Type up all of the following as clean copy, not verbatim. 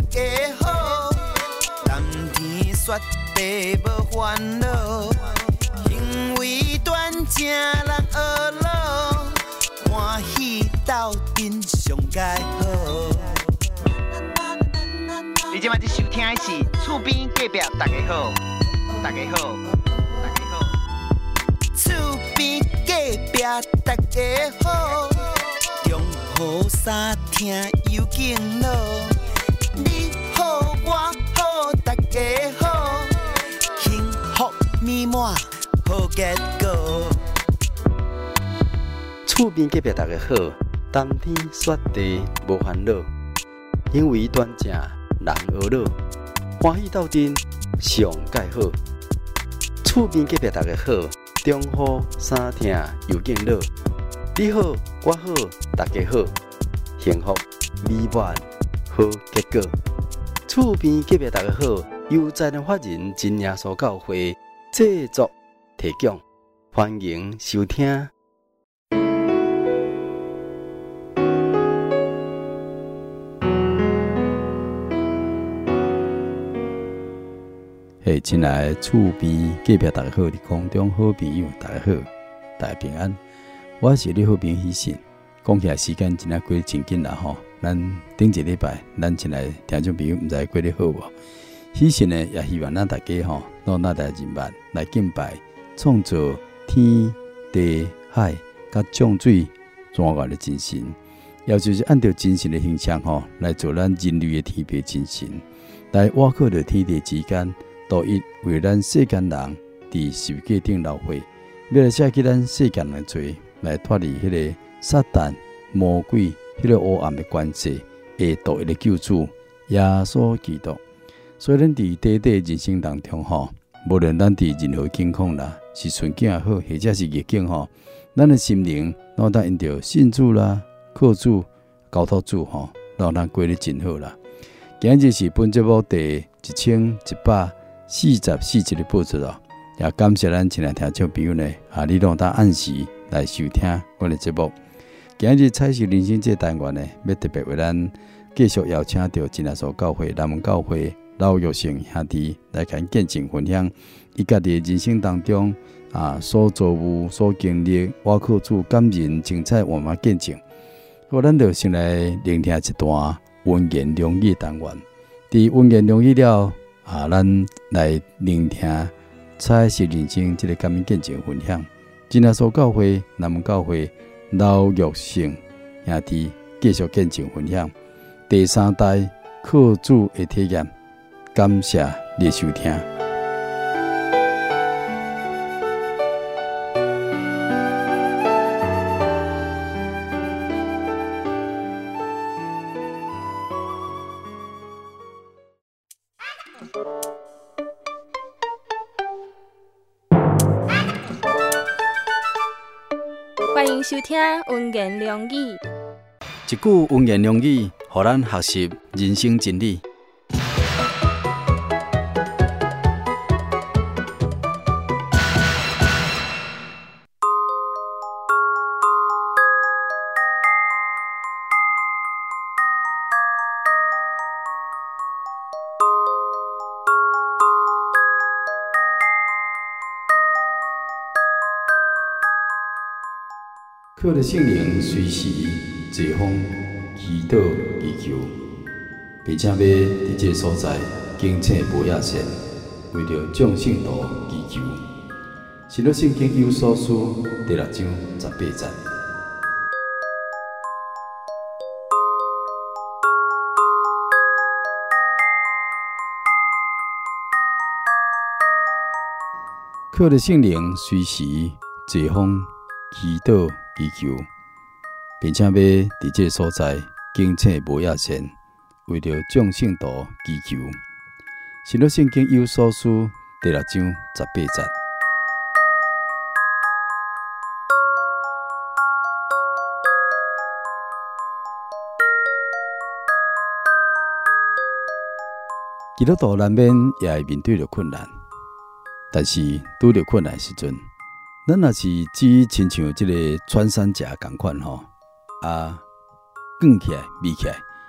家好，蓝天雪地无烦恼，行为端正人学老，欢喜斗阵上佳好。你今摆在收听的是厝边隔壁大家好，大家好，大家好，厝边隔壁大家好，中好三听有敬老，你好我好大家好，幸福美满好结果。 厝边隔壁大家好，冬天雪地无烦恼，因为端正人学老，欢喜斗阵上介好。厝边隔壁大家好，中好三听又敬老，你好我好大家好，幸福美满好结果。厝边隔壁大家好，由在人法人真耶稣教会制作提供，欢迎收听。亲爱的厝边隔壁大家好，伫空中好朋友大家好，大家平安。我是你好朋友喜信。讲起来时间真过得真紧啦吼。咱顶一礼拜，咱亲爱的听众朋友，毋知过得好无？喜信呢，也希望咱大家吼，让咱大家人民来敬拜创造天地海甲降水全外的真神，也就是按照真神的形象吼，来做咱人类的天父真神，来瓦靠着天地之间。独一为咱世间人伫十字架顶流血，要来写起咱世间人罪，来脱离迄个撒旦魔鬼迄个黑暗的关系，的独一的救主耶稣基督。所以咱伫短短人生当中吼，无论咱伫任何境况啦，是顺境也好，或者是逆境吼，咱的心灵让咱因着信主啦、靠主、交托主吼，让咱过得真好啦。今日是本节目第1144集的播出哦，也感谢咱亲爱听众朋友呢，你让咱按时来收听我的节目。今日彩色人生这单元呢，要特别为咱继续邀请到真耶稣教会南门教会老玉成兄弟来跟见证分享，伊家己的人生当中所做有、所经历，我靠主感人精彩我们见证。好，咱就先来聆听一段文言良语单元。伫文言良语了。咱来聆听彩色人生这个感恩见证分享。真耶稣教会南门教会老玉成兄弟继续见证分享第3代靠主的体验。感谢你的收听。 欢迎收听文言良语。 一句文言良语，互咱学习人生真理。靠着圣灵随时坐风祈祷祈求，并且要伫这个所在警醒无野线，为着众圣徒祈求。是了圣经有所书第6章18节。靠着圣灵随时坐风祈祷祈求，并且要伫这个所在警醒无野线，为着众圣徒祈求。是了圣经有所书第6章18节。基督徒难免也会面对着困难，但是拄着困难的时阵，咱若是只亲像这个穿山甲同款吼，卷起来、眯起来，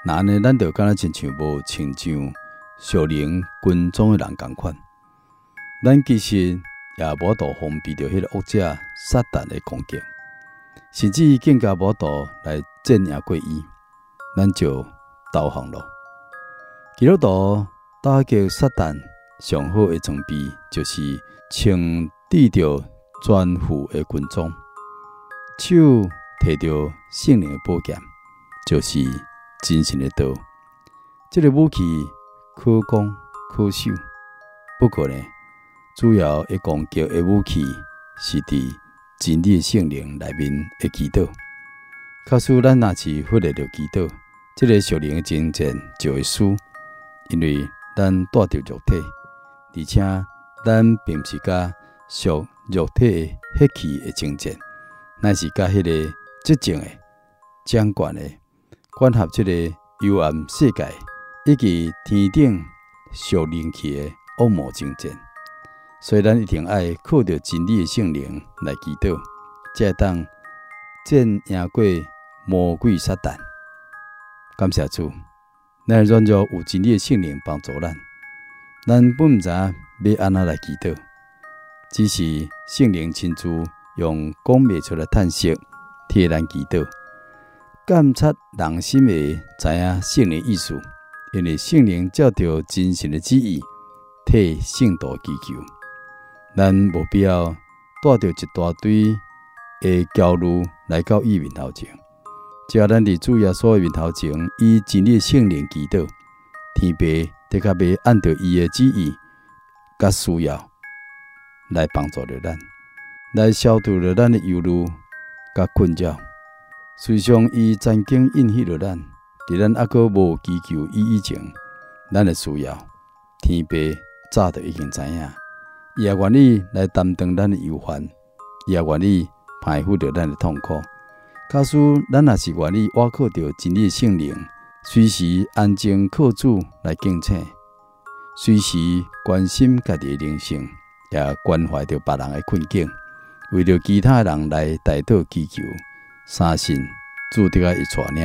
那安尼，咱就敢若亲像无亲像属灵军装的人共款。咱其实也无度防备着迄个恶者撒旦的攻击，甚至更加无度来镇压过伊，咱就投降咯。基督徒打击撒旦上好的装备，就是穿戴着全副的军装，手摕着圣灵的宝剑，就是真神的道。这个武器可攻可守，不过呢，主要的攻击的武器是伫真理的圣灵内面的祈祷。假使咱若是忽略着祈祷，这个属灵的征战就会输，因为咱带着肉体，而且咱并不是甲属肉体的血气的征战，乃是甲迄个执政的、掌权的、管辖这个幽暗世界以及天顶属灵气的恶魔征战。所以咱一定爱靠着真理的圣灵来祈祷，才会当战赢过魔鬼撒旦。感谢主，咱软弱有真理的圣灵帮助咱。咱本毋知要安怎来祈祷，只是圣灵亲自用讲袂出来叹息替咱祈祷。监察人心的知影圣灵意思，因为圣灵照着真神的旨意替圣徒祈求。咱无必要带着一大堆的焦虑来到伊面头前，只要咱伫主耶稣的面头前，以真理的圣灵祈祷，天父的确要按照伊的旨意甲需要来帮助着咱，来消除着咱的忧虑甲困扰。随上伊曾经应许着咱，伫咱还阁无祈求伊以前，咱的需要，天父早就已经知影。伊也愿意来担当咱的忧患，伊也愿意排除着咱的痛苦。假使咱也是愿意倚靠着真理的圣灵，随时安静靠主来敬请，随时关心家己的人生，也关怀着别人的困境，为着其他人来代祷祈求，相信主得爱会带领。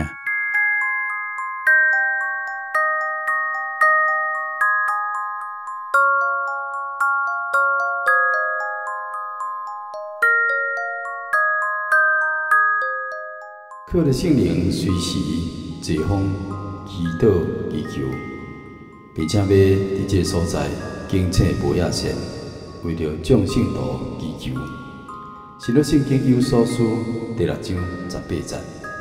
靠着圣灵随时坐风祈祷祈求，并且要伫这所在敬请无亚线，为着众圣徒祈求。是了圣经有所书第6章18节。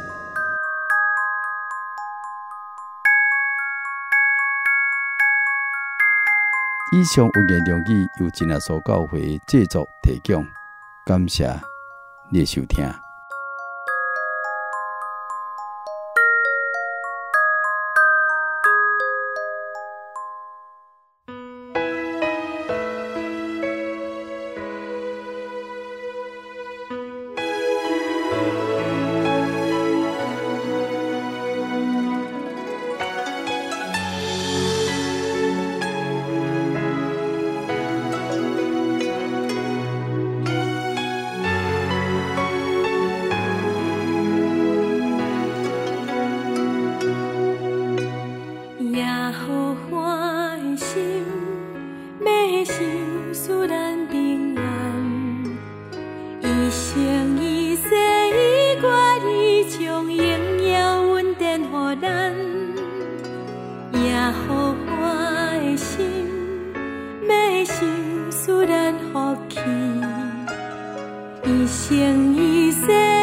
以上文言良语由真耶稣教会制作提供，感谢你的收听。 一生一世。